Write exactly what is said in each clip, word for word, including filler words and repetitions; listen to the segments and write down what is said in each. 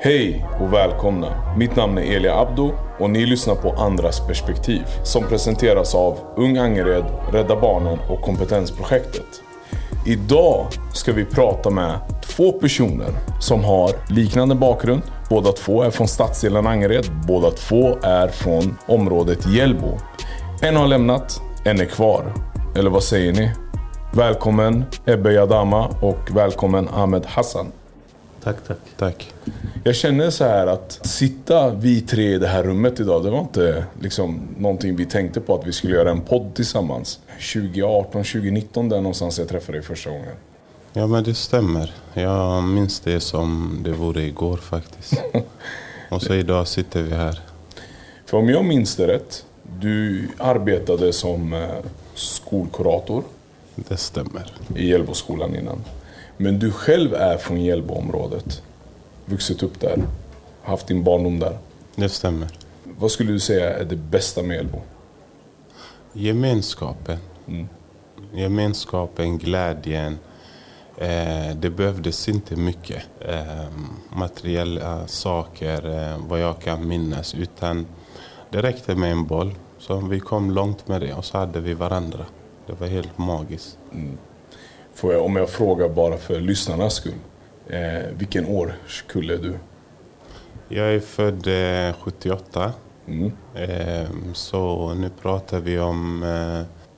Hej och välkomna. Mitt namn är Elia Abdo och ni lyssnar på Andras perspektiv som presenteras av Ung Angered, Rädda Barnen och Kompetensprojektet. Idag ska vi prata med två personer som har liknande bakgrund. Båda två är från stadsdelen Angered. Båda två är från området Hjällbo. En har lämnat, en är kvar. Eller vad säger ni? Välkommen Ebbe Yadama och välkommen Ahmed Hassan. Tack, tack. Tack. Jag känner så här att sitta vi tre i det här rummet idag, det var inte liksom någonting vi tänkte på att vi skulle göra en podd tillsammans. tjugo arton tjugo nitton där någonstans jag träffade dig första gången. Ja, men det stämmer. Jag minns det som det vore igår faktiskt. Och så idag sitter vi här. För om jag minns det rätt, du arbetade som skolkurator. Det stämmer. I Hjällboskolan innan. Men du själv är från Hjällboområdet. Vuxit upp där. Haft din barndom där. Det stämmer. Vad skulle du säga är det bästa med Hjällbo? Gemenskapen. Mm. Gemenskapen, glädjen. Eh, det behövdes inte mycket eh, materiella saker, eh, vad jag kan minnas. Utan det räckte med en boll. Så vi kom långt med det och så hade vi varandra. Det var helt magiskt. Mm. Får jag, om jag frågar bara för lyssnarnas skull. Eh, vilken årskull är du? Jag är född eh, sjuttioåtta. Mm. Eh, så nu pratar vi om eh,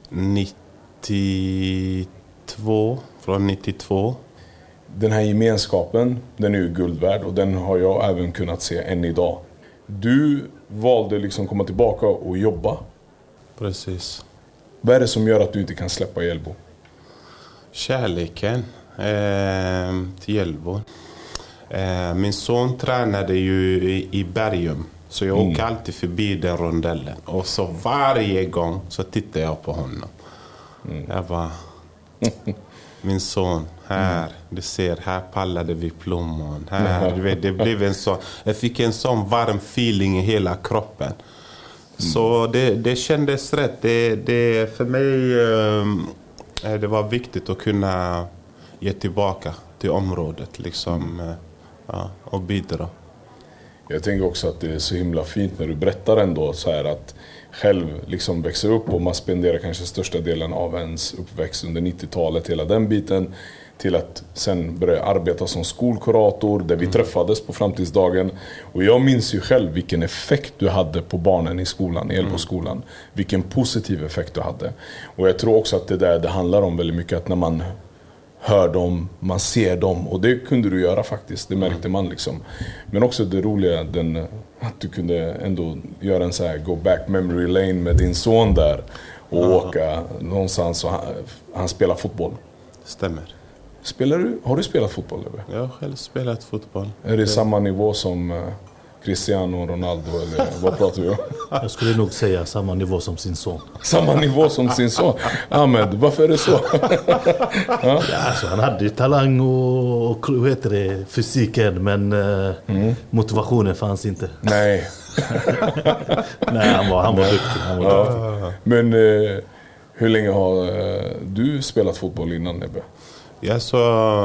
nittiotvå. Från nittiotvå. Den här gemenskapen, den är ju guld värd och den har jag även kunnat se än idag. Du valde liksom komma tillbaka och jobba. Precis. Vad är det som gör att du inte kan släppa Hjällbo? Kärleken eh, till Hjällbo. Eh, min son tränade ju i, i Bergum. Så jag mm. åker alltid förbi den rondellen. Och så varje gång så tittar jag på honom. Mm. Jag bara... Min son, här, mm. du ser, här pallade vi plommon. Här, du vet, det blev en sån, jag fick en sån varm feeling i hela kroppen. Mm. Så det, det kändes rätt. Det, det, för mig eh, det var viktigt att kunna ge tillbaka till området liksom, eh, ja, och bidra. Jag tänker också att det är så himla fint när du berättar ändå så här att själv liksom växer upp och man spenderar kanske största delen av ens uppväxt under nittiotalet, hela den biten, till att sen börja arbeta som skolkurator där vi mm. träffades på framtidsdagen. Och jag minns ju själv vilken effekt du hade på barnen i skolan, i Hjällboskolan. Mm. Vilken positiv effekt du hade. Och jag tror också att det där det handlar om väldigt mycket att när man hör dem, man ser dem. Och det kunde du göra faktiskt, det märkte man liksom. Men också det roliga, den, att du kunde ändå göra en så här go back memory lane med din son där. Och ja. åka någonstans och han, han spelar fotboll. Stämmer. Spelar du, har du spelat fotboll? Eller? Jag har själv spelat fotboll. Är det, det samma nivå som uh, Cristiano Ronaldo eller vad pratar vi om? Jag skulle nog säga samma nivå som sin son. Samma nivå som sin son? Ahmed, varför är det så? ja? Ja, alltså, han hade ju talang och, och vad heter det, fysiken, men uh, mm. motivationen fanns inte. Nej. Nej, han var, han var duktig. Han var ja. duktig. Men uh, hur länge har uh, du spelat fotboll innan, Ebbe? Ja, så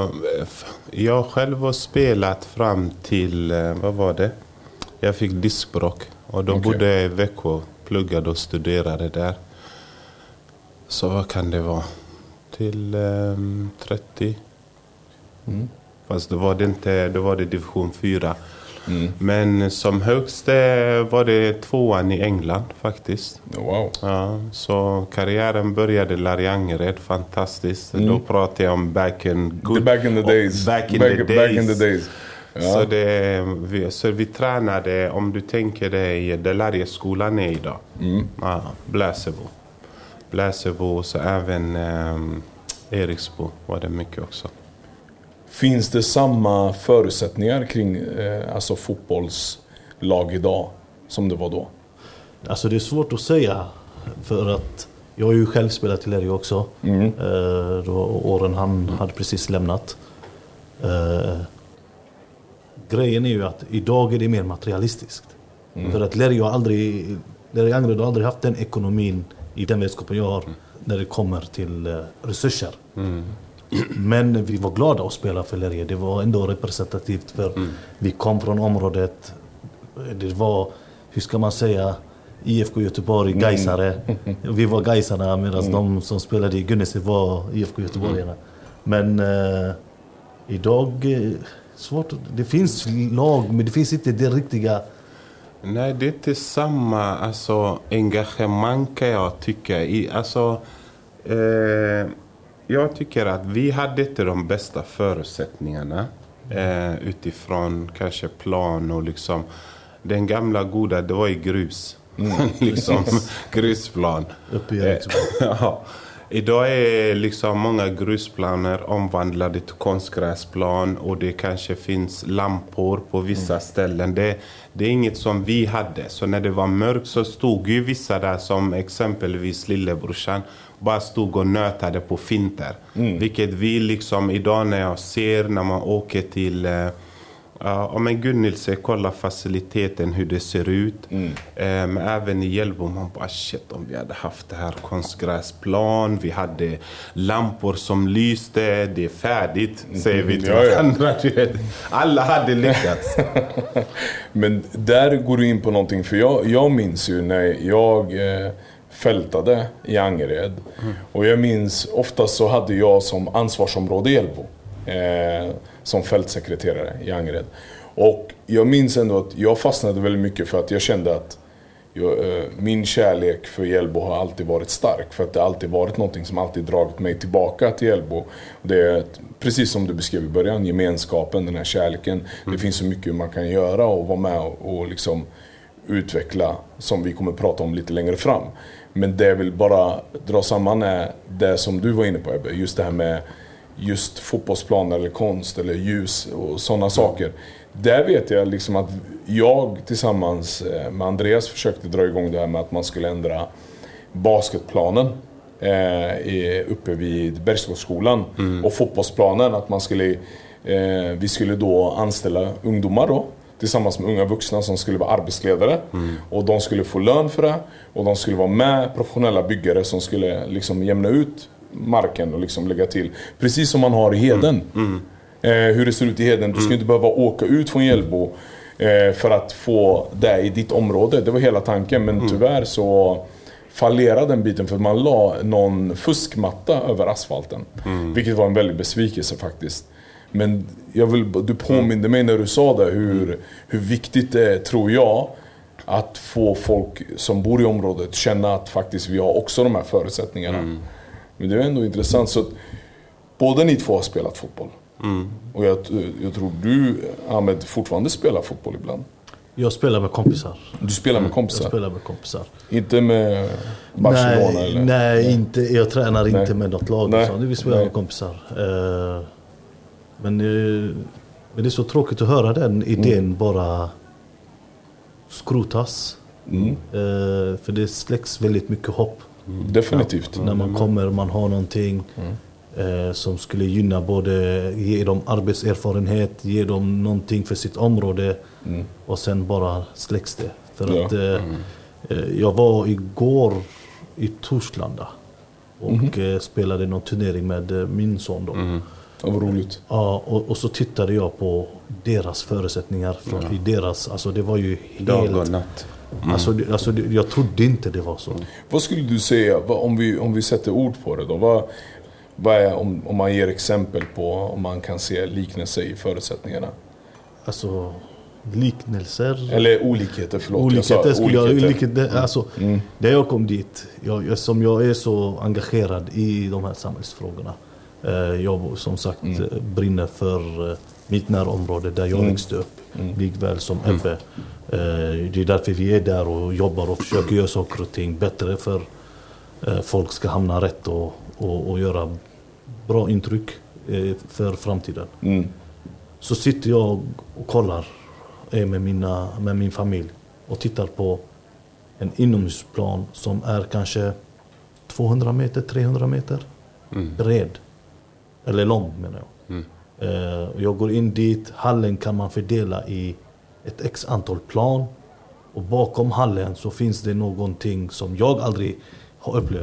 jag själv har spelat fram till, vad var det? Jag fick diskbråck och då okay. bodde jag i Växjö, pluggade och studerade där. Så vad kan det vara? Till um, trettio. Mm. Fast det var det inte, det var det division fyra. Mm. Men som högst var det tvåan i England faktiskt. Wow. Ja, så karriären började där i Angered, fantastiskt. Mm. Då pratade jag om back in good, the back in the days. Back in back, the days. Back in the days. Ja. Så, det, vi, så vi tränade, om du tänker dig, där Lärjeskolan är idag. Mm. Ja, Bläsebo. Bläsebo, så även um, Eriksbo var det mycket också. Finns det samma förutsättningar kring eh, alltså fotbollslag idag som det var då? Alltså det är svårt att säga, för att jag har ju själv spelat till er också. Mm. Eh, då åren han hade precis lämnat. Eh, grejen är ju att idag är det mer materialistiskt. Mm. För att Lerjo har aldrig, Lerjo Angered har aldrig haft den ekonomin i den vetskapen jag har mm. när det kommer till eh, resurser. Mm. Men vi var glada att spela för Lerje. Det var ändå representativt för mm. vi kom från området. Det var, hur ska man säga, I F K Göteborg, Gaisare. Mm. Vi var Gaisarna medan mm. de som spelade i Gunnese var I F K Göteborgarna. Men eh, idag eh, svårt. Det finns lag, men det finns inte det riktiga. Nej, det är inte samma alltså, engagemang kan jag tycka. I, alltså, eh, jag tycker att vi hade inte de bästa förutsättningarna eh, utifrån kanske plan och liksom den gamla goda, det var i grus. Mm. liksom grusplan. Uppe i ja. Idag är liksom många grusplaner omvandlade till konstgräsplan och det kanske finns lampor på vissa mm. ställen. Det, det är inget som vi hade. Så när det var mörkt så stod ju vissa där som exempelvis lillebrorsan bara stod och nötade på finter. Mm. Vilket vi liksom idag när jag ser när man åker till... Eh, Ja, men Gunnelse, kolla faciliteten, hur det ser ut. Mm. Eh, men även i Hjällbo, man bara shit om vi hade haft det här konstgräsplan. Vi hade lampor som lyste, det är färdigt, mm. säger vi till ja, ja. andra. Alla hade lyckats. Men där går du in på någonting, för jag, jag minns ju när jag eh, fältade i Angered. Mm. Och jag minns, oftast så hade jag som ansvarsområde i Hjällbo. Eh, som fältsekreterare i Angered. Och jag minns ändå att jag fastnade väldigt mycket för att jag kände att jag, eh, min kärlek för Hjällbo har alltid varit stark. För att det alltid varit någonting som alltid dragit mig tillbaka till Hjällbo. Det är precis som du beskrev i början, gemenskapen, den här kärleken. Mm. Det finns så mycket man kan göra och vara med och, och liksom utveckla, som vi kommer att prata om lite längre fram. Men det jag vill bara dra samman är det som du var inne på, Ebbe. Just det här med just fotbollsplaner eller konst eller ljus och sådana saker. Där vet jag liksom att jag tillsammans med Andreas försökte dra igång det här med att man skulle ändra basketplanen eh, uppe vid Bergsgårdsskolan mm. och fotbollsplanen att man skulle eh, vi skulle då anställa ungdomar då tillsammans med unga vuxna som skulle vara arbetsledare mm. och de skulle få lön för det och de skulle vara med professionella byggare som skulle liksom jämna ut marken och liksom lägga till. Precis som man har i Heden. Mm. Mm. Eh, hur det ser ut i Heden. Du ska mm. inte behöva åka ut från Hjällbo eh, för att få det i ditt område. Det var hela tanken. Men mm. tyvärr så fallerade den biten för man la någon fuskmatta över asfalten. Mm. Vilket var en väldigt besvikelse faktiskt. Men jag vill, du påminde mig när du sa det hur, hur viktigt det är, tror jag, att få folk som bor i området känna att faktiskt vi har också de här förutsättningarna. Mm. Men det är ändå intressant. Så att båda ni två har spelat fotboll. Mm. Och jag, jag tror du, Ahmed, fortfarande spelar fotboll ibland. Jag spelar med kompisar. Du spelar med kompisar? Jag spelar med kompisar. Inte med Barcelona? Nej, eller? nej inte, jag tränar nej. inte med något lag. Nej. Så. Vi spelar nej. med kompisar. Uh, men, uh, men det är så tråkigt att höra den idén mm. bara skrotas. Mm. Uh, för det släcks väldigt mycket hopp. Mm. Definitivt. Ja, när man kommer, man har någonting mm. eh, som skulle gynna både, ge dem arbetserfarenhet, ge dem någonting för sitt område mm. och sen bara släcks det. För ja. att eh, mm. eh, jag var igår i Torslanda och mm. eh, spelade någon turnering med eh, min son då. Mm. Det var roligt. Ja, och, och så tittade jag på deras förutsättningar från, ja. i deras, alltså det var ju helt... Dag och natt. Mm. Alltså, alltså, jag trodde inte det var så. Vad skulle du säga, om vi, om vi sätter ord på det då? Vad, vad är, om, om man ger exempel på om man kan se liknelser i förutsättningarna? Alltså, liknelser... Eller olikheter, förlåt. Olikheter jag skulle olikheter. jag... Olikheter, mm. Alltså, mm. När jag kom dit, jag, jag, som jag är så engagerad i de här samhällsfrågorna. Eh, jag som sagt mm. brinner för eh, mitt närområde där jag mm. växte upp. Mm. Likväl som Ebbe. Mm. Det är därför vi är där och jobbar och försöker göra saker och ting bättre för folk ska hamna rätt och, och, och göra bra intryck för framtiden. Mm. Så sitter jag och kollar med, mina, med min familj och tittar på en inomhusplan som är kanske tvåhundra meter, trehundra meter mm. bred. Eller lång menar jag. Mm. Jag går in dit, hallen kan man fördela i ett x antal plan och bakom hallen så finns det någonting som jag aldrig har upplevt.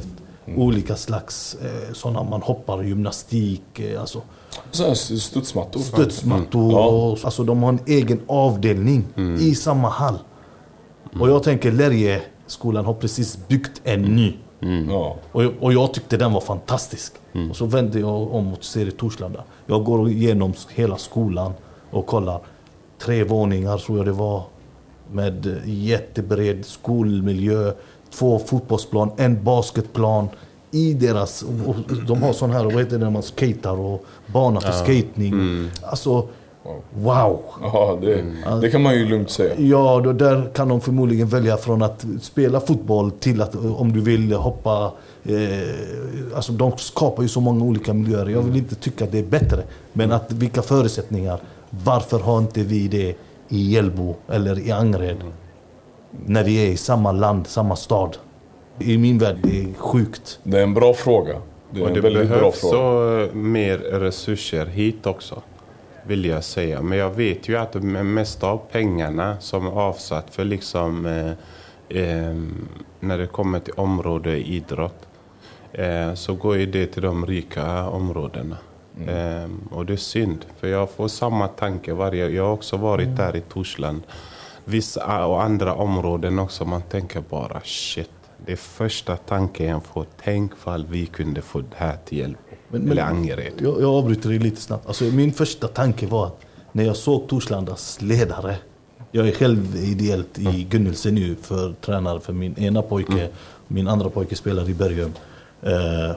Mm. Olika slags eh, sådana man hoppar, gymnastik, eh, alltså så här studsmattor. Studsmattor. Mm. Och, alltså de har en egen avdelning mm. i samma hall. Mm. Och jag tänker Lärjeskolan har precis byggt en ny. Mm. Ja. Och, och jag tyckte den var fantastisk. Mm. Och så vände jag om mot Serie Torslanda. Jag går igenom hela skolan och kollar. Tre våningar tror jag det var. Med jättebred skolmiljö. Två fotbollsplan, en basketplan. I deras, och de har sån här, vad heter det när man skater och bana för ja. skatning. Mm. Alltså, wow. Ja, det, mm. det kan man ju lugnt säga. Ja, då där kan de förmodligen välja från att spela fotboll till att om du vill hoppa. Eh, alltså de skapar ju så många olika miljöer. Jag vill inte tycka att det är bättre. Men att vilka förutsättningar. Varför har inte vi det i Hjällbo eller i Angered? Mm. När vi är i samma land, samma stad. I min värld det är sjukt. Det är en bra fråga. Det är och en det väldigt bra behövs fråga. Så mer resurser hit också, vill jag säga. Men jag vet ju att det mesta av pengarna som är avsatt för liksom eh, eh, när det kommer till område idrott eh, så går ju det till de rika områdena. Mm. Eh, och det är synd, för jag får samma tanke varje. Jag har också varit mm. där i Torsland. Vissa och andra områden också, man tänker bara shit. Det är första tanken jag får. Tänk fall vi kunde få det här till hjälp. Men, eller Angered. Jag, jag avbryter det lite snabbt. Alltså, min första tanke var att när jag såg Torslandas ledare. Jag är själv ideellt i Gunnelse nu för tränare för min ena pojke. Mm. Min andra pojke spelar i Bergum. Eh,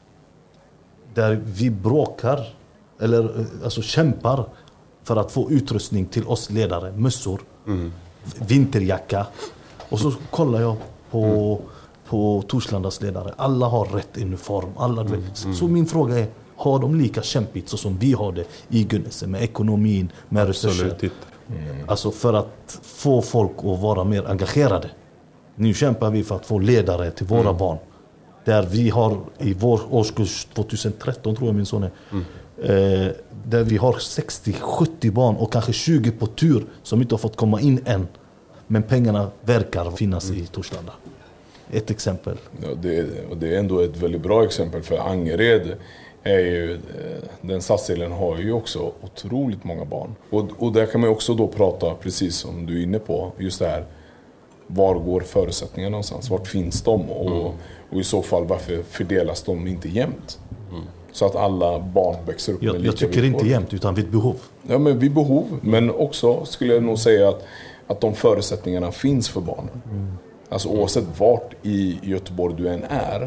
där vi bråkar. Eller alltså kämpar för att få utrustning till oss ledare. Mössor. Mm. Vinterjacka. Och så kollar jag på, mm. på Torslandas ledare. Alla har rätt uniform. Alla mm. Mm. Så min fråga är, har de lika kämpigt så som vi har det i Gunnelse med ekonomin, med resurser? Mm. Alltså för att få folk att vara mer engagerade. Nu kämpar vi för att få ledare till våra mm. barn. Där vi har i vår årskurs tjugohundratretton tror jag min son är. Mm. Eh, där vi har sextio sjuttio barn och kanske tjugo på tur som inte har fått komma in än. Men pengarna verkar finnas mm. i Torslanda. Ett exempel. Ja, det, och det är ändå ett väldigt bra exempel, för Angered är ju, den stadsdelen har ju också otroligt många barn. Och, och där kan man ju också då prata, precis som du är inne på, just det här. Var går förutsättningarna någonstans? Vart finns de? Och, mm. och i så fall varför fördelas de inte jämnt? Mm. Så att alla barn växer upp jag, med lika Jag tycker villkor. Inte jämnt utan vid behov. Ja, men vid behov. Men också skulle jag nog säga att, att de förutsättningarna finns för barnen. Mm. Alltså oavsett vart i Göteborg du än är,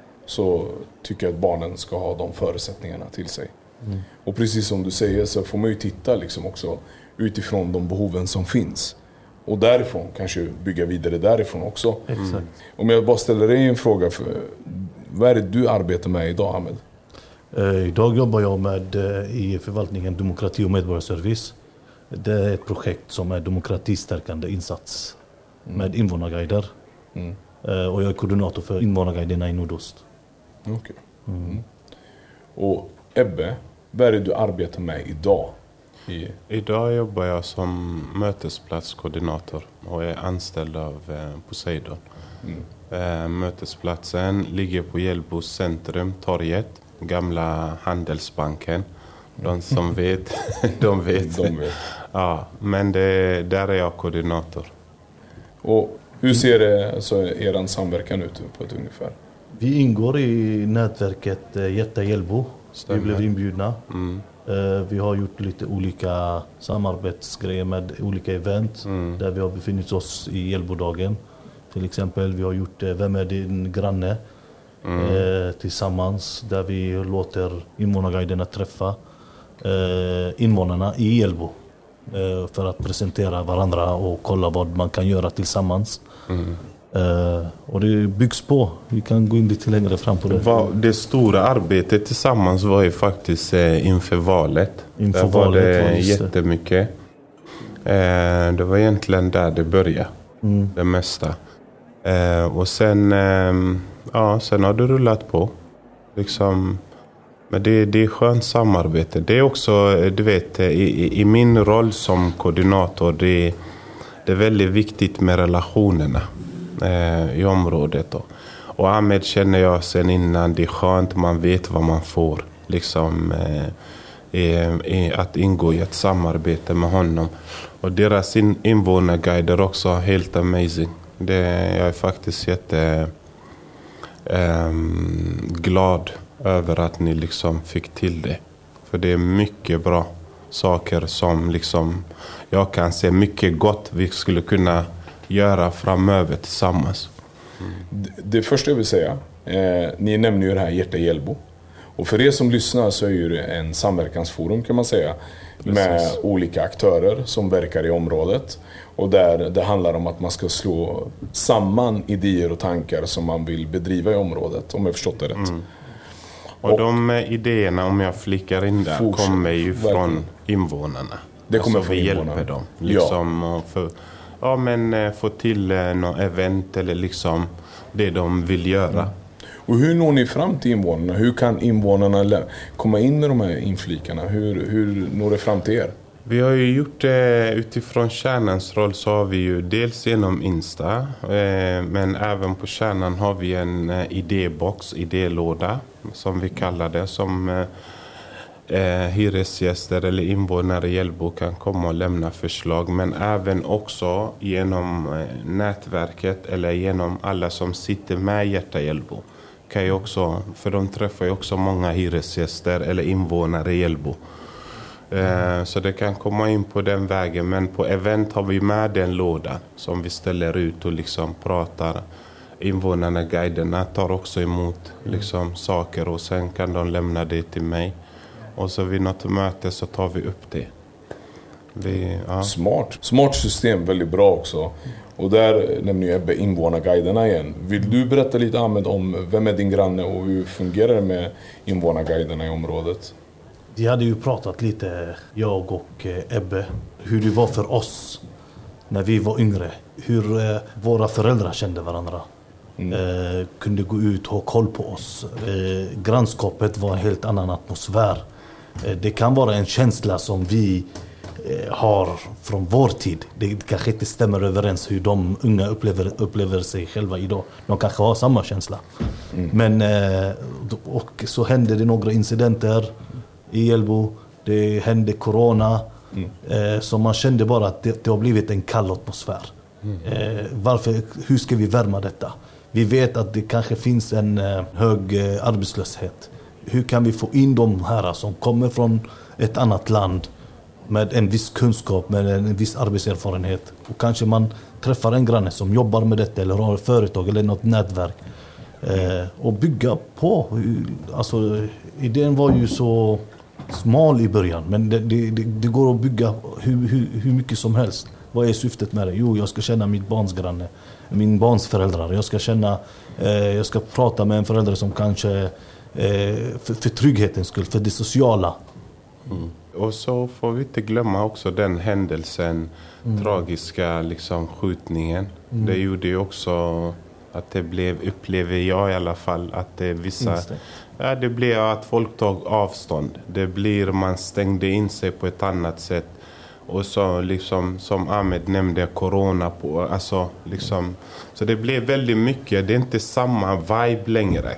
så tycker jag att barnen ska ha de förutsättningarna till sig. Mm. Och precis som du säger så får man ju titta liksom också utifrån de behoven som finns. Och därifrån kanske bygga vidare därifrån också. Mm. Om jag bara ställer dig en fråga. För, vad är det du arbetar med idag, Ahmed? Eh, idag jobbar jag med eh, i förvaltningen demokrati och medborgarservice. Det är ett projekt som är demokratistärkande insats mm. med invånarguider. Mm. Eh, och jag är koordinator för invånarguiderna i Nordost. Okej. Okay. Mm. Mm. Och Ebbe, vad är det du arbetar med idag? I... Idag jobbar jag som mötesplatskoordinator och är anställd av eh, Poseidon. Mm. Eh, mötesplatsen ligger på Hjällbo centrum, torget, gamla Handelsbanken. De som vet, de vet. De vet. Ja, men det, där är jag koordinator. Och hur ser det, alltså, er samverkan ut på ett ungefär? Vi ingår i nätverket eh, Jätta Hjällbo. Vi blev inbjudna. Mm. Vi har gjort lite olika samarbetsgrejer med olika event mm. där vi har befunnit oss i Hjällbodagen. Till exempel vi har gjort Vem är din granne mm. eh, tillsammans där vi låter invånarguiderna träffa eh, invånarna i Hjällbo eh, för att presentera varandra och kolla vad man kan göra tillsammans. Mm. Uh, och det byggs på. Vi kan gå in lite längre fram på det. Det stora arbetet tillsammans var ju faktiskt eh, inför valet. Inför där var valet det var det jättemycket. Eh, det var egentligen där det började. Mm. Det mesta. Eh, och sen, eh, ja, sen har det rullat på. Liksom, men det, det är skönt samarbete. Det är också, du vet, i, i min roll som koordinator, det, det är väldigt viktigt med relationerna i området då. Och Ahmed känner jag sen innan, det är skönt, man vet vad man får. Liksom eh, eh, att ingå i ett samarbete med honom. Och deras in, invånarguider också helt amazing. Det, jag är faktiskt jätte eh, glad över att ni liksom fick till det. För det är mycket bra saker som liksom jag kan se mycket gott vi skulle kunna göra framöver tillsammans. Mm. Det, det första jag vill säga, eh, ni nämner ju det här Hjärta Hjällbo. Och för er som lyssnar så är ju det en samverkansforum kan man säga. Precis. Med olika aktörer som verkar i området. Och där det handlar om att man ska slå samman idéer och tankar som man vill bedriva i området, om jag förstått det rätt. Mm. Och, och de idéerna, om jag flickar in där, fortsätt, kommer ju från verkligen. Invånarna. Det kommer alltså, från vi invånarna. Hjälper dem. Liksom, ja. För, ja, men få till något event eller liksom det de vill göra. Mm. Och hur når ni fram till invånarna? Hur kan invånarna komma in med de här inflikarna? Hur, hur når det fram till er? Vi har ju gjort det utifrån kärnans roll, så har vi ju dels genom Insta, eh, men även på kärnan har vi en eh, idébox, idélåda som vi kallar det, som eh, hyresgäster eller invånare i Hjällbo kan komma och lämna förslag, men även också genom eh, nätverket eller genom alla som sitter med Hjärta Hjällbo. Kan ju också, för de träffar ju också många hyresgäster eller invånare i Hjällbo. Så det kan komma in på den vägen. Men på event har vi med den lådan som vi ställer ut och liksom pratar. Invånarna, guiderna tar också emot liksom saker och sen kan de lämna det till mig. Och så vid något möte så tar vi upp det. Vi, ja. Smart. Smart system, väldigt bra också. Och där nämner jag Ebbe invånarguiderna igen. Vill du berätta lite, Ahmed, om vem är din granne och hur fungerar det med invånarguiderna i området? Vi hade ju pratat lite, jag och Ebbe, hur det var för oss när vi var yngre. Hur eh, våra föräldrar kände varandra. Mm. Eh, kunde gå ut och ha koll på oss. Eh, grannskapet var en helt annan atmosfär. Eh, det kan vara en känsla som vi eh, har från vår tid. Det kanske inte stämmer överens hur de unga upplever, upplever sig själva idag. De kanske har samma känsla. Mm. Men eh, och så hände det några incidenter i Hjällbo. Det hände corona. Mm. Eh, så man kände bara att det, det har blivit en kall atmosfär. Mm. Eh, varför, hur ska vi värma detta? Vi vet att det kanske finns en eh, hög eh, arbetslöshet. Hur kan vi få in de här som kommer från ett annat land med en viss kunskap, med en viss arbetserfarenhet? Och kanske man träffar en granne som jobbar med detta eller har ett företag eller något nätverk. Eh, och bygga på. Alltså, idén var ju så smal i början, men det, det, det, det går att bygga hur, hur, hur mycket som helst. Vad är syftet med det? Jo, jag ska känna mitt barns granne, min barns föräldrar. Jag ska känna, eh, jag ska prata med en förälder som kanske eh, för, för trygghetens skull, för det sociala. Mm. Och så får vi inte glömma också den händelsen, mm. tragiska liksom, skjutningen. Mm. Det gjorde ju också att det blev, upplever jag i alla fall, att det vissa, det. Ja, det blev att folk tog avstånd. Det blir, man stängde in sig på ett annat sätt. Och så liksom, som Ahmed nämnde, corona på, alltså liksom, så det blev väldigt mycket, det är inte samma vibe längre.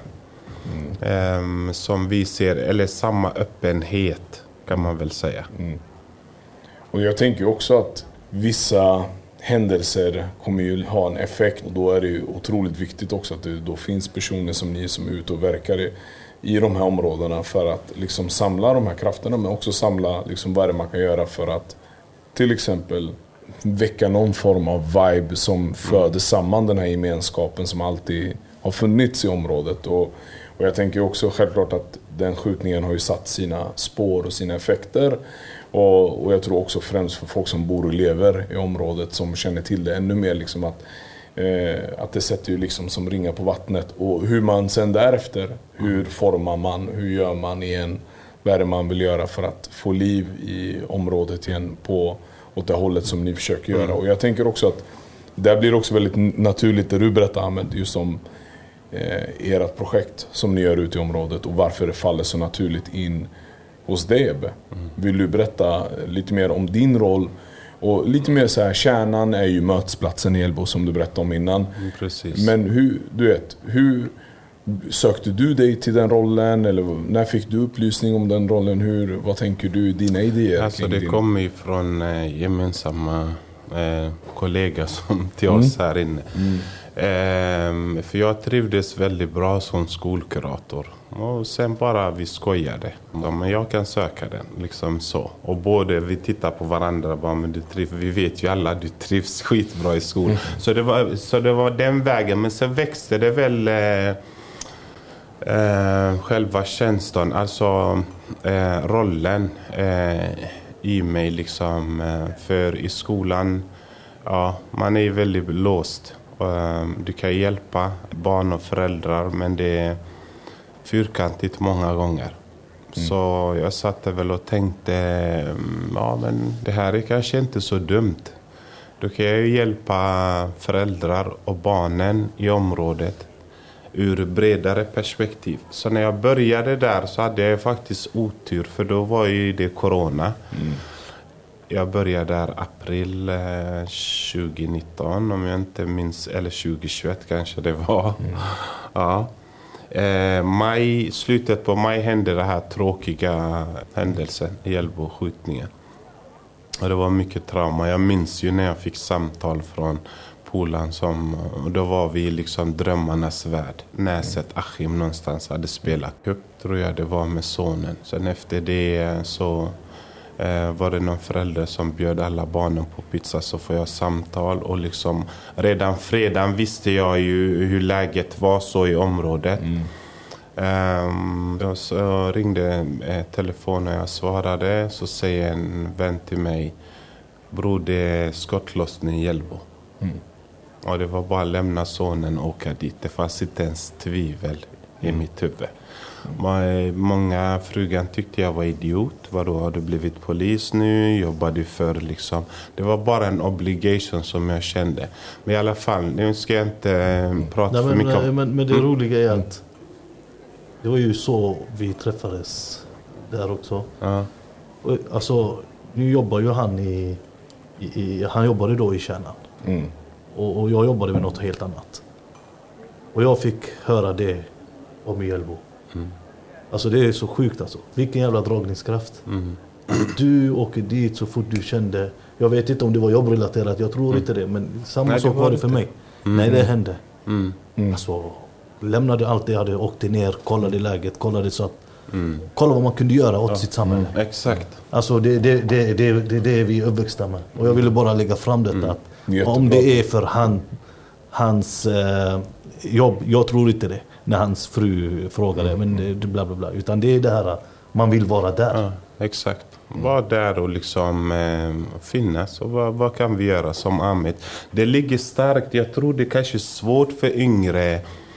Mm. Um, som vi ser, eller samma öppenhet kan man väl säga. Mm. Och jag tänker också att vissa händelser kommer ju ha en effekt, och då är det ju otroligt viktigt också att det då finns personer som ni som är ute och verkar i, i de här områdena för att liksom samla de här krafterna, men också samla liksom vad det man kan göra för att till exempel väcka någon form av vibe som föder samman den här gemenskapen som alltid har funnits i området. Och, och jag tänker också självklart att den skjutningen har ju satt sina spår och sina effekter. Och, och jag tror också främst för folk som bor och lever i området som känner till det ännu mer. Liksom att, eh, att det sätter ju liksom som ringar på vattnet. Och hur man sen därefter, hur formar man, hur gör man igen, vad är det man vill göra för att få liv i området igen på åt det hållet som ni försöker göra. Mm. Och jag tänker också att det blir också väldigt naturligt det du berättar, Ahmed, just om eh, ert projekt som ni gör ute i området och varför det faller så naturligt in hos dig, Ebbe. Mm. Vill du berätta lite mer om din roll Och lite mer så här, kärnan är ju mötesplatsen i Hjällbo som du berättade om innan. Mm, precis. Men hur, du vet, hur sökte du dig till den rollen? Eller när fick du upplysning om den rollen? Hur, vad tänker du, dina idéer? Alltså det din... kommer ju från eh, gemensamma eh, kollegor som till oss mm. här inne. Mm. Eh, för jag trivdes väldigt bra som skolkurator. Och sen bara vi skojade. Ja, men jag kan söka den, liksom så. Och både vi tittar på varandra, bara, men du trivs, vi vet ju alla, du trivs skitbra i skolan. Mm. Så, det var, så det var den vägen, men sen växte det väl eh, eh, själva tjänsten, alltså eh, rollen eh, i mig liksom. Eh, för i skolan, ja, man är ju väldigt låst. Eh, du kan hjälpa barn och föräldrar, men det är fyrkantigt många gånger. Mm. Så jag satt väl och tänkte, ja men det här är kanske inte så dumt. Då kan jag ju hjälpa föräldrar och barnen i området ur bredare perspektiv. Så när jag började där så hade jag faktiskt otur, för då var ju det corona. Mm. Jag började där april eh, tjugonitton, om jag inte minns, eller tjugohundratjugoett kanske det var. Mm. Ja. Eh, maj, slutet på maj hände det här tråkiga händelsen i Hjällbo-skjutningen. Och det var mycket trauma. Jag minns ju när jag fick samtal från Polen som, och då var vi liksom drömmarnas värld. Näset Achim någonstans hade spelat upp, tror jag det var, med sonen. Sen efter det så eh, var det någon förälder som bjöd alla barnen på pizza, så får jag samtal. Och liksom redan fredagen visste jag ju hur läget var så i området. Mm. Um, då så ringde eh, telefonen och jag svarade, så säger en vän till mig, bror det är skottlossning i Hjällbo. Mm. Och det var bara att lämna sonen och åka dit. Det fanns inte ens tvivel i mm. mitt huvud. Mm. Många frugan tyckte jag var idiot. Vadå, har du blivit polis nu? Jobbar du för liksom? Det var bara en obligation som jag kände. Men i alla fall, nu ska jag inte mm. prata Nej, för men, mycket om... Men, men det mm. roliga är att det var ju så vi träffades där också. Ja. Och, alltså, nu jobbar ju han i... i, i han jobbade då i kärnan. Mm. Och, och jag jobbade med något helt annat. Och jag fick höra det om Hjällbo. Mm. Alltså det är så sjukt alltså. Vilken jävla dragningskraft. Mm. Du åker dit så fort du kände... Jag vet inte om det var jobbrelaterat, jag tror mm. inte det. Men samma Nej, sak var det för mig. Mm. Nej, det hände. Mm. Mm. Alltså, lämnade allt det jag hade, åkte ner, kollade läget, kollade så att... Mm. Kolla vad man kunde göra åt ja. sitt samhälle. Mm. Exakt. Alltså det är det, det, det, det, det vi är uppväxta med. Och jag ville bara lägga fram detta. Mm. Att Jättebra. Om det är för han, hans eh, jobb, jag tror inte det. När hans fru frågade, mm. men det, bla bla bla. Utan det är det här, man vill vara där. Ja, exakt. Vara där och liksom eh, finnas. Och vad, vad kan vi göra som Ahmed? Det ligger starkt. Jag tror det kanske är svårt för yngre...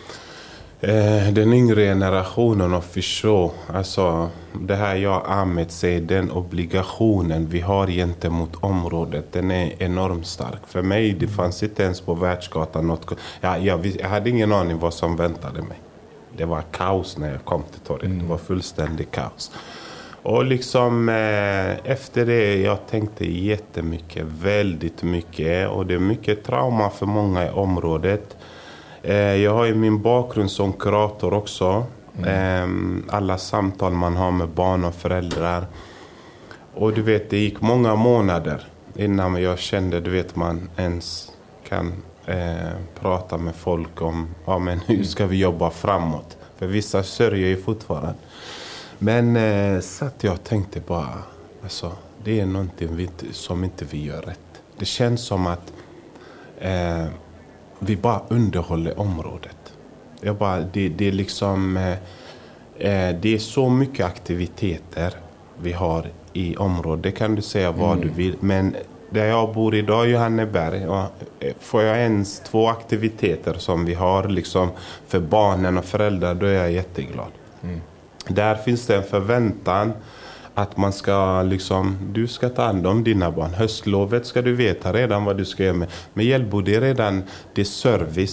Eh, den yngre generationen att förstå, alltså det här jag Ahmed säger, den obligationen vi har gentemot området, den är enormt stark. För mig, det fanns inte ens på världsgatan något, ja, jag, jag hade ingen aning vad som väntade mig. Det var kaos när jag kom till torget, mm. det var fullständigt kaos. Och liksom eh, efter det, jag tänkte jättemycket, väldigt mycket, och det är mycket trauma för många i området. Jag har ju min bakgrund som kurator också. Mm. Alla samtal man har med barn och föräldrar. Och du vet, det gick många månader innan jag kände, du vet, man ens kan eh, prata med folk om, ja men hur ska vi jobba framåt? För vissa sörjer ju fortfarande. Men eh, så att jag tänkte bara, alltså det är någonting vi inte, som inte vi gör rätt. Det känns som att eh, vi bara underhåller området. Jag bara, det, det är liksom eh, det är så mycket aktiviteter vi har i området. Det kan du säga vad mm. du vill. Men där jag bor idag, Johanneberg, och får jag ens två aktiviteter som vi har liksom för barnen och föräldrar, då är jag jätteglad. Mm. Där finns det en förväntan att man ska liksom, du ska ta hand om dina barn. Höstlovet ska du veta redan vad du ska göra med. Med Hjällbo, det är redan, det är service.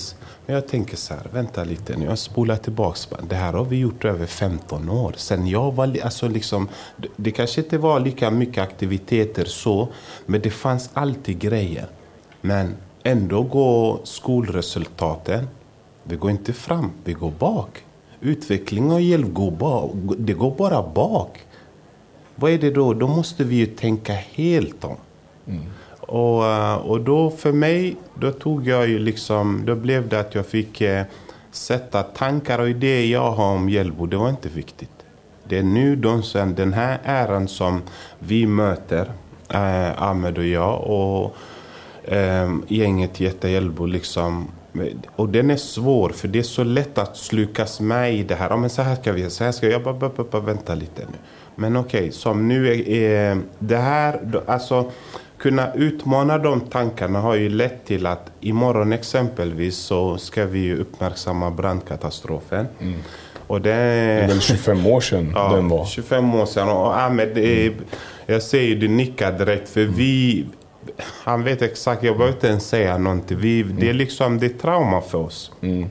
Men jag tänker så här, vänta lite nu, jag spolar tillbaka. Det här har vi gjort över femton år. Sen jag var, alltså liksom, det, det kanske inte var lika mycket aktiviteter så, men det fanns alltid grejer. Men ändå går skolresultaten, vi går inte fram, vi går bak. Utveckling och hjälp går bak, det går bara bak. Vad är det då? Då måste vi ju tänka helt om. Mm. Och, och då för mig, då tog jag ju liksom, då blev det att jag fick eh, sätta tankar och idéer jag har om Hjällbo, det var inte viktigt. Det är nu de sen, den här äran som vi möter, eh, Ahmed och jag och eh, gänget Jätta Hjällbo liksom, och den är svår för det är så lätt att slukas med i det här. Ja, men så här ska vi, så här ska jag bara, bara, bara, bara vänta lite nu. Men okej, okay, som nu är, är det här, alltså kunna utmana de tankarna har ju lett till att imorgon exempelvis så ska vi ju uppmärksamma brandkatastrofen. Mm. Och det, det är väl tjugofem år sedan ja, den var. tjugofem år sedan. Och Ahmed, det är, mm. jag säger du nickar direkt för mm. vi, han vet exakt, jag behöver inte ens säga någonting. Vi, mm. Det är liksom, det är trauma för oss. Mm.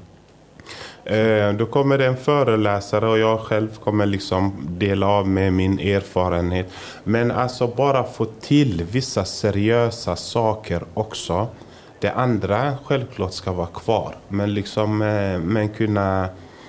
Eh, då kommer det en föreläsare och jag själv kommer liksom dela av med min erfarenhet. Men alltså bara få till vissa seriösa saker också. Det andra självklart ska vara kvar. Men liksom eh, men kunna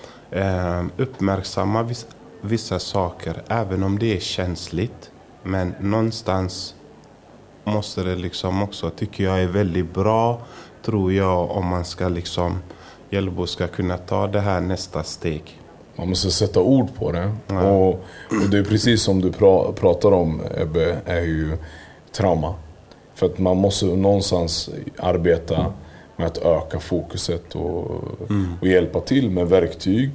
eh, uppmärksamma vissa, vissa saker även om det är känsligt. Men någonstans måste det liksom också, tycker jag är väldigt bra, tror jag, om man ska liksom Hjällbo ska kunna ta det här nästa steg. Man måste sätta ord på det. Ja. Och, och det är precis som du pra, pratar om, Ebbe, är ju trauma. För att man måste någonstans arbeta mm. med att öka fokuset och, mm. och hjälpa till med verktyg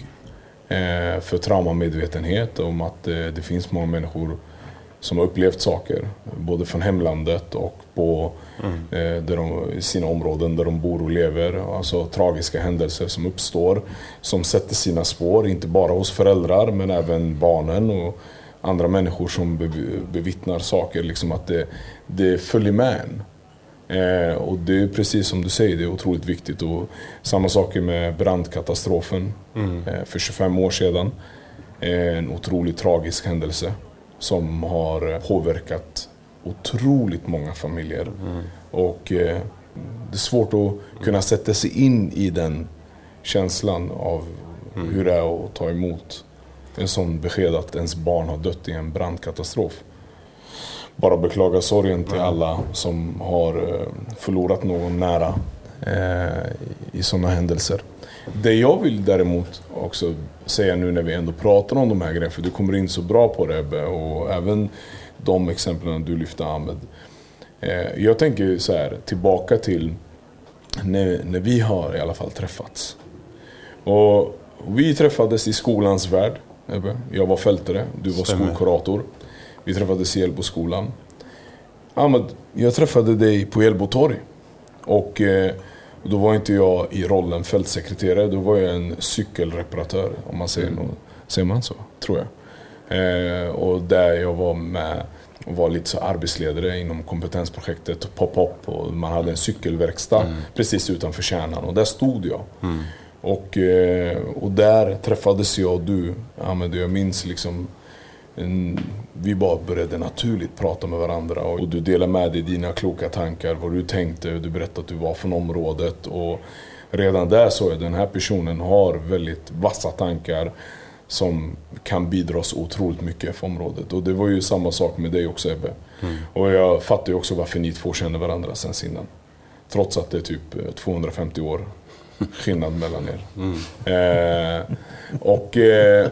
eh, för traumamedvetenhet om att eh, det finns många människor som har upplevt saker, både från hemlandet och på mm. eh, där de, sina områden där de bor och lever. Alltså tragiska händelser som uppstår, som sätter sina spår, inte bara hos föräldrar men även barnen och andra människor som be, bevittnar saker. Liksom att det, det följer med en. Eh, och det är precis som du säger, det är otroligt viktigt. Och samma sak med brandkatastrofen mm. eh, för tjugofem år sedan. Eh, en otroligt tragisk händelse som har påverkat otroligt många familjer. Mm. Och eh, det är svårt att kunna sätta sig in i den känslan av mm. hur det är att ta emot en sån besked att ens barn har dött i en brandkatastrof. Bara beklaga sorgen till alla som har förlorat någon nära eh, i sådana händelser. Det jag vill däremot också säga nu när vi ändå pratar om de här grejerna, för du kommer in så bra på det, Ebbe, och även de exemplen du lyfter, Ahmed. Eh, jag tänker så här, tillbaka till när, när vi har i alla fall träffats. Och vi träffades i skolans värld, Ebbe. Jag var fältare, du var Stämmer. skolkurator. Vi träffades i Hjällboskolan. Ahmed, jag träffade dig på Hjällbo torg. Och eh, då var inte jag i rollen fältsekreterare. Då var jag en cykelreparatör, om man säger, mm. något, säger man så, tror jag. Eh, och där jag var med och var lite så arbetsledare inom kompetensprojektet Pop-Up. Och man hade en cykelverkstad mm. precis utanför kärnan. Och där stod jag. Mm. Och, eh, och där träffades jag och du. Ahmed, jag minns liksom... En, vi bara började naturligt prata med varandra och du delade med dig dina kloka tankar, vad du tänkte, du berättade att du var från området, och redan där så är den här personen har väldigt vassa tankar som kan bidra så otroligt mycket för området. Och det var ju samma sak med dig också, Ebbe. Mm. Och jag fattar ju också varför ni två känner varandra sen innan. Trots att det är typ tvåhundrafemtio år skillnad mellan er. Mm. Eh, och... Eh,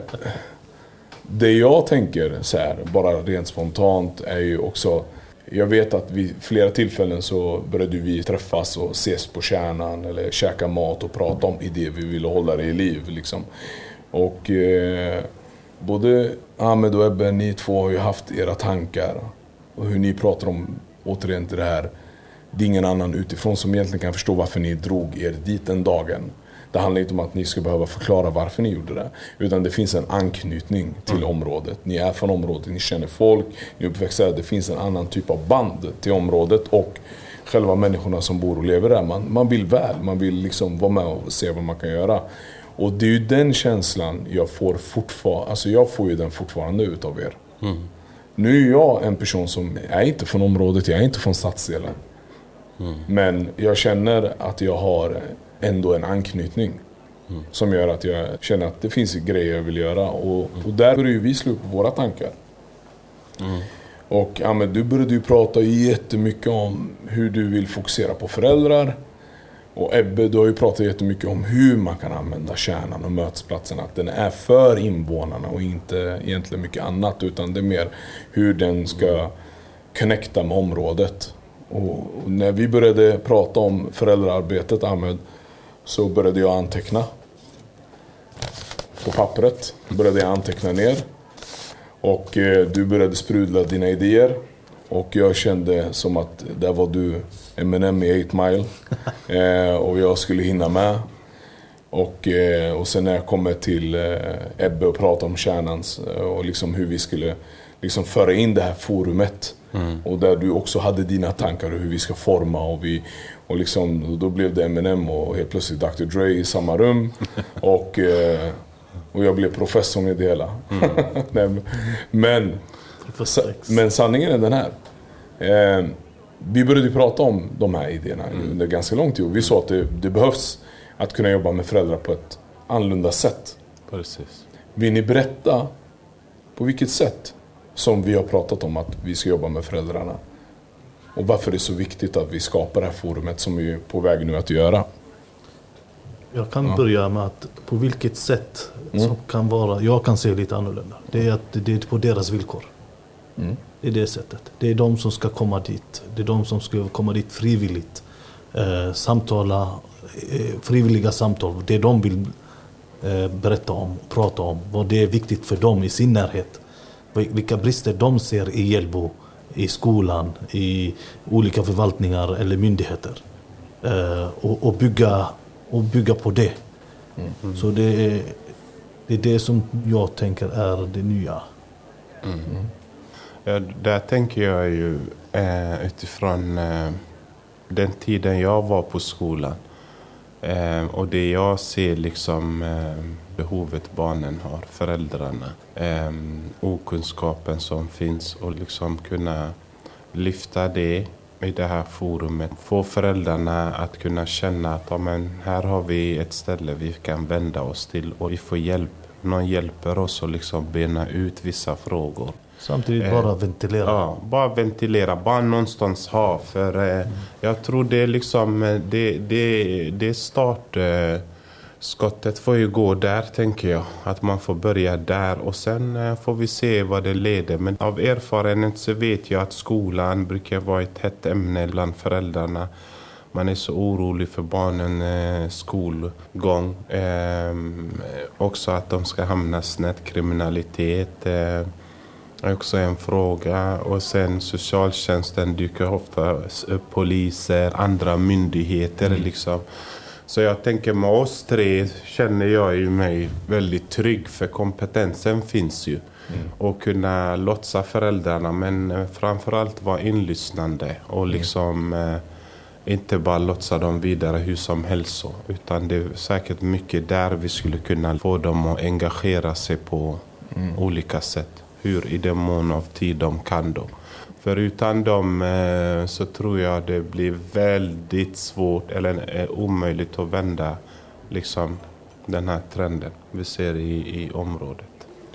Det jag tänker så här, bara rent spontant, är ju också... Jag vet att vid flera tillfällen så började vi träffas och ses på kärnan eller käka mat och prata om idéer vi ville hålla det i liv. Liksom. Och eh, både Ahmed och Ebbe, ni två har ju haft era tankar. Och hur ni pratar om, återigen till det här, det är ingen annan utifrån som egentligen kan förstå varför ni drog er dit den dagen. Det handlar inte om att ni ska behöva förklara varför ni gjorde det. Utan det finns en anknytning till mm. området. Ni är från området, ni känner folk, ni är uppväxta. Det finns en annan typ av band till området. Och själva människorna som bor och lever där. Man, man vill väl, man vill liksom vara med och se vad man kan göra. Och det är ju den känslan jag får fortfarande, alltså jag får ju den fortfarande utav er. Mm. Nu är jag en person som är inte från området, jag är inte från stadsdelen. Mm. Men jag känner att jag har ändå en anknytning. Mm. Som gör att jag känner att det finns grejer jag vill göra. Och, och där börjar ju vi slå upp våra tankar. Mm. Och ja, men du började ju prata jättemycket om hur du vill fokusera på föräldrar. Och Ebbe, du har ju pratat jättemycket om hur man kan använda kärnan och mötesplatsen. Att den är för invånarna och inte egentligen mycket annat. Utan det är mer hur den ska connecta med området. Och, och när vi började prata om föräldraarbetet, Ahmed, så började jag anteckna. På pappret började jag anteckna ner. Och eh, du började sprudla dina idéer. Och jag kände som att där var du Eminem i eight mile. Eh, och jag skulle hinna med. Och, eh, och sen när jag kommer till eh, Ebbe och pratar om kärnans eh, och liksom hur vi skulle liksom föra in det här forumet. Mm. Och där du också hade dina tankar hur vi ska forma. Och, vi, och liksom, då blev det Eminem och helt plötsligt doktor Dre i samma rum. och, eh, och jag blev professorn i det hela. Mm. men, men sanningen är den här. Eh, vi började prata om de här idéerna mm. under ganska lång tid. Och vi sa att det, det behövs att kunna jobba med föräldrar på ett annorlunda sätt. Precis. Vill ni berätta på vilket sätt som vi har pratat om att vi ska jobba med föräldrarna? Och varför det är så viktigt att vi skapar det här forumet som vi är på väg nu att göra? Jag kan ja. börja med att på vilket sätt mm. som kan vara, jag kan se lite annorlunda. Det är att det är på deras villkor. Mm. Det är det sättet. Det är de som ska komma dit. Det är de som ska komma dit frivilligt. Eh, samtala, eh, frivilliga samtal. Det de vill eh, berätta om, prata om. Vad det är viktigt för dem i sin närhet. Vilka brister de ser i Hjällbo, i skolan, i olika förvaltningar eller myndigheter. Eh, och, och, bygga, och bygga på det. Mm. Mm. Så det är, det är det som jag tänker är det nya. Mm. Mm. Ja, där tänker jag ju eh, utifrån eh, den tiden jag var på skolan. Eh, och det jag ser liksom eh, behovet barnen har, föräldrarna. Eh, okunskapen som finns och liksom kunna lyfta det i det här forumet. Få föräldrarna att kunna känna att ja, men här har vi ett ställe vi kan vända oss till och vi får hjälp. Någon hjälper oss att liksom bena ut vissa frågor. Samtidigt bara eh, ventilera. Ja, bara ventilera. Bara någonstans ha. För eh, mm. jag tror det är liksom det, det, det start eh, skottet får ju gå där, tänker jag. Att man får börja där och sen eh, får vi se vad det leder. Men av erfarenhet så vet jag att skolan brukar vara ett hett ämne bland föräldrarna. Man är så orolig för barnen eh, skolgång. Eh, också att de ska hamna snett, kriminalitet. Eh, är också en fråga. Och sen socialtjänsten dyker ofta upp, poliser, andra myndigheter mm. liksom. Så jag tänker med oss tre känner jag ju mig väldigt trygg för kompetensen finns ju. Mm. Och kunna lotsa föräldrarna men framförallt vara inlyssnande och liksom mm. eh, inte bara lotsa dem vidare hur som helst så. Utan det är säkert mycket där vi skulle kunna få dem att engagera sig på mm. olika sätt. Hur i den mån av tid de kan då. För utan dem eh, så tror jag det blir väldigt svårt eller eh, omöjligt att vända liksom, den här trenden vi ser i, i området.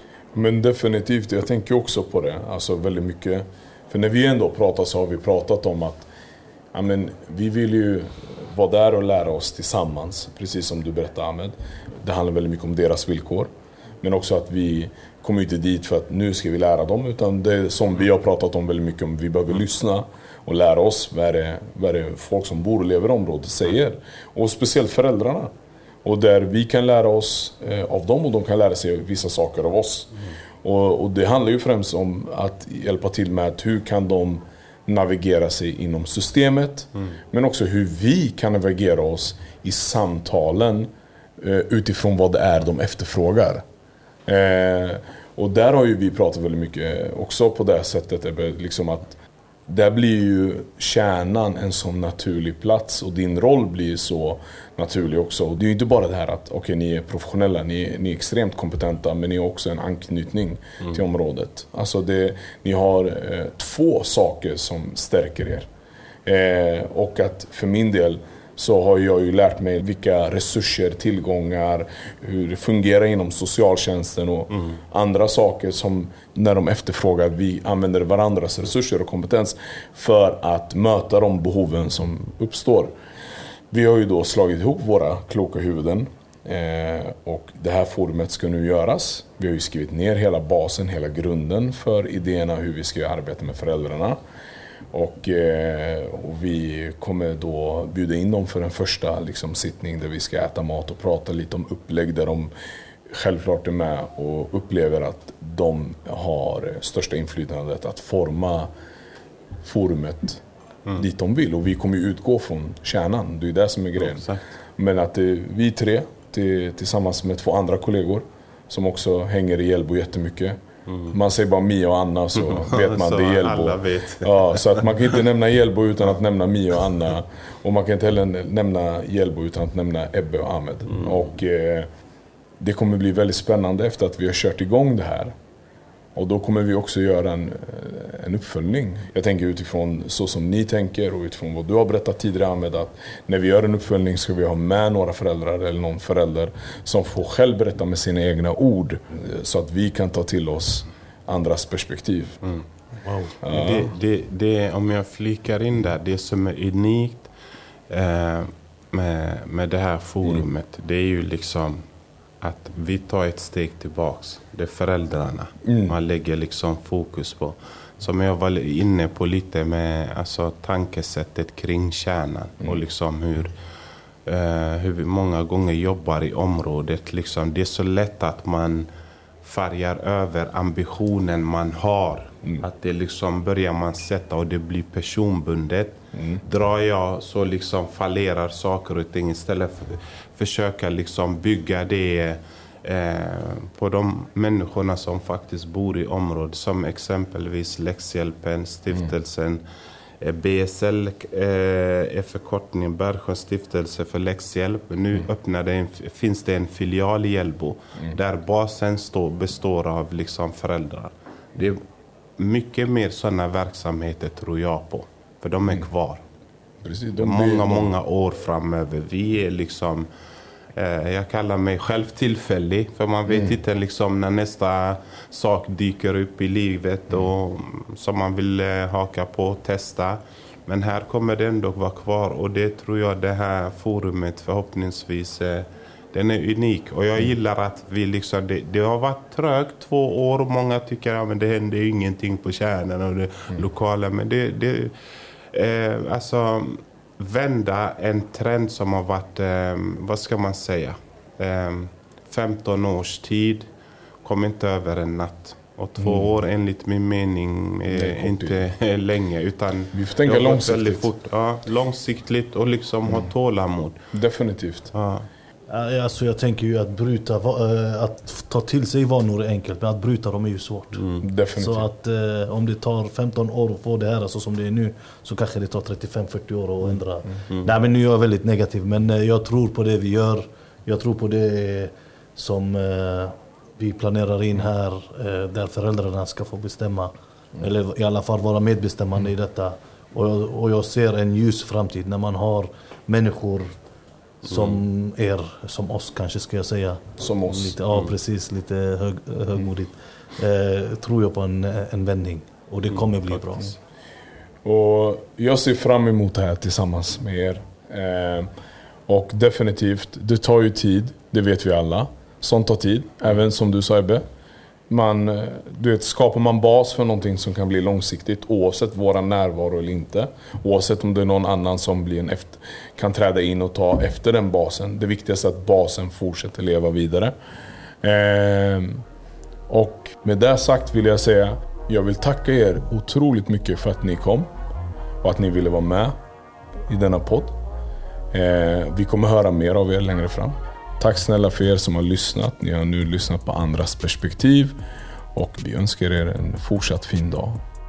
Men definitivt, jag tänker också på det. Alltså väldigt mycket. För när vi ändå pratar så har vi pratat om att ja, men, vi vill ju vara där och lära oss tillsammans. Precis som du berättade, Ahmed. Det handlar väldigt mycket om deras villkor. Men också att vi kommer inte dit för att nu ska vi lära dem. Utan det är som vi har pratat om väldigt mycket om. Vi behöver mm. lyssna och lära oss vad är, det, vad är det folk som bor och lever i området säger. Och speciellt föräldrarna. Och där vi kan lära oss eh, av dem och de kan lära sig vissa saker av oss. Mm. Och, och det handlar ju främst om att hjälpa till med att hur kan de navigera sig inom systemet. Mm. Men också hur vi kan navigera oss i samtalen eh, utifrån vad det är de efterfrågar. Eh, och där har ju vi pratat väldigt mycket också på det sättet liksom att där blir ju kärnan en sån naturlig plats och din roll blir så naturlig också. Och det är ju inte bara det här att okej, okay, ni är professionella, ni är, ni är extremt kompetenta, men ni har också en anknytning mm. till området. Alltså det, ni har eh, två saker som stärker er. Eh, och att för min del så har jag ju lärt mig vilka resurser, tillgångar, hur det fungerar inom socialtjänsten och mm. andra saker som när de efterfrågar att vi använder varandras resurser och kompetens för att möta de behoven som uppstår. Vi har ju då slagit ihop våra kloka huvuden eh, och det här forumet ska nu göras. Vi har ju skrivit ner hela basen, hela grunden för idéerna hur vi ska arbeta med föräldrarna. Och, eh, och vi kommer då bjuda in dem för en första liksom, sittning där vi ska äta mat och prata lite om upplägg där de självklart är med och upplever att de har största inflytandet att forma forumet mm. dit de vill. Och vi kommer ju utgå från kärnan, det är det som är grejen. Ja, men att det är vi tre till, tillsammans med två andra kollegor som också hänger i Hjällbo jättemycket. Mm. Man säger bara Mia och Anna så vet man det är Hjällbo. Ja, så att man kan inte nämna Hjällbo utan att nämna Mia och Anna. Och man kan inte heller nämna Hjällbo utan att nämna Ebbe och Ahmed. Mm. Och eh, det kommer bli väldigt spännande efter att vi har kört igång det här. Och då kommer vi också göra en, en uppföljning. Jag tänker utifrån så som ni tänker och utifrån vad du har berättat tidigare Ahmed, att när vi gör en uppföljning ska vi ha med några föräldrar eller någon förälder som får själv berätta med sina egna ord så att vi kan ta till oss andras perspektiv. Mm. Wow. Ja. Det, det, det, om jag flikar in där, det som är unikt eh, med, med det här forumet, mm. det är ju liksom att vi tar ett steg tillbaks. Det är föräldrarna mm. man lägger liksom fokus på. Som jag var inne på lite med alltså, tankesättet kring kärnan. Mm. Och liksom hur, eh, hur vi många gånger jobbar i området. Liksom, det är så lätt att man färgar över ambitionen man har. Mm. Att det liksom börjar man sätta och det blir personbundet. Mm. Drar jag så liksom fallerar saker och ting istället för att försöka liksom bygga det eh, på de människorna som faktiskt bor i området. Som exempelvis Läxhjälpen, stiftelsen mm. eh, B S L eh, är förkortningen Bergsjöns stiftelse för läxhjälp. Nu mm. öppnar det en, finns det en filial i Hjällbo mm. där basen står, består av liksom föräldrar. Det är mycket mer sådana verksamheter tror jag på. För de är kvar. Precis, de många, blir... många år framöver. Vi är liksom, eh, jag kallar mig själv tillfällig. För man vet mm. inte liksom när nästa sak dyker upp i livet mm. och som man vill eh, haka på och testa. Men här kommer det ändå vara kvar. Och det tror jag det här forumet förhoppningsvis eh, den är unik. Och jag gillar att vi liksom, det, det har varit trögt två år och många tycker att ja, det händer ju ingenting på kärnan och det mm. lokala. Men det, det eh, alltså vända en trend som har varit, eh, vad ska man säga, eh, femton års tid kom inte över en natt. Och två mm. år enligt min mening är inte länge utan vi får tänka långsiktigt. Fort, ja, långsiktigt och liksom mm. ha tålamod. Definitivt. Ja. Alltså jag tänker ju att bryta, att ta till sig vanor är enkelt, men att bryta dem är ju svårt. Mm, definitivt. Så att eh, om det tar femton år att få det här, alltså som det är nu, så kanske det tar trettiofem till fyrtio år att ändra. Mm. Mm. Nej, men nu är jag väldigt negativ, men eh, jag tror på det vi gör. Jag tror på det som eh, vi planerar in här, eh, där föräldrarna ska få bestämma. Mm. Eller i alla fall vara medbestämmande mm. i detta. Och, och jag ser en ljus framtid när man har människor som mm. er, som oss kanske ska jag säga. Som oss. Lite, ja, mm. precis. Lite hög, högmodigt. Eh, tror jag på en, en vändning. Och det kommer mm, bli bra. Och jag ser fram emot det här tillsammans med er. Eh, och definitivt, det tar ju tid. Det vet vi alla. Sånt tar tid. Även som du sa, Ebbe. Man, du vet, skapar man bas för någonting som kan bli långsiktigt oavsett våra närvaro eller inte, oavsett om det är någon annan som blir en efter, kan träda in och ta efter den basen. Det viktigaste är att basen fortsätter leva vidare. Eh, och med det sagt vill jag säga, jag vill tacka er otroligt mycket för att ni kom och att ni ville vara med i denna podd. Eh, vi kommer höra mer av er längre fram. Tack snälla för er som har lyssnat. Ni har nu lyssnat på andras perspektiv. Och vi önskar er en fortsatt fin dag.